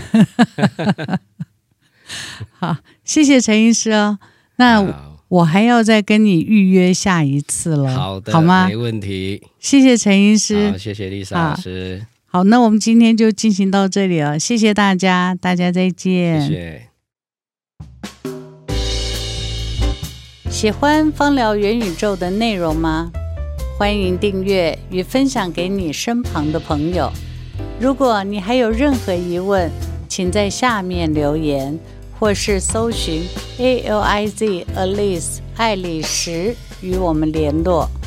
好，谢谢陈医师哦。那我还要再跟你预约下一次了， 好的， 好吗？ 没问题。 谢谢陈医师， 好，谢谢丽莎老师。 好，那我们今天就进行到这里了，谢谢大家，大家再见。 谢谢。 喜欢芳疗元宇宙的内容吗？欢迎订阅与分享给你身旁的朋友。如果你还有任何疑问，请在下面留言，或是搜寻 A L I Z Alice 爱丽丝与我们联络。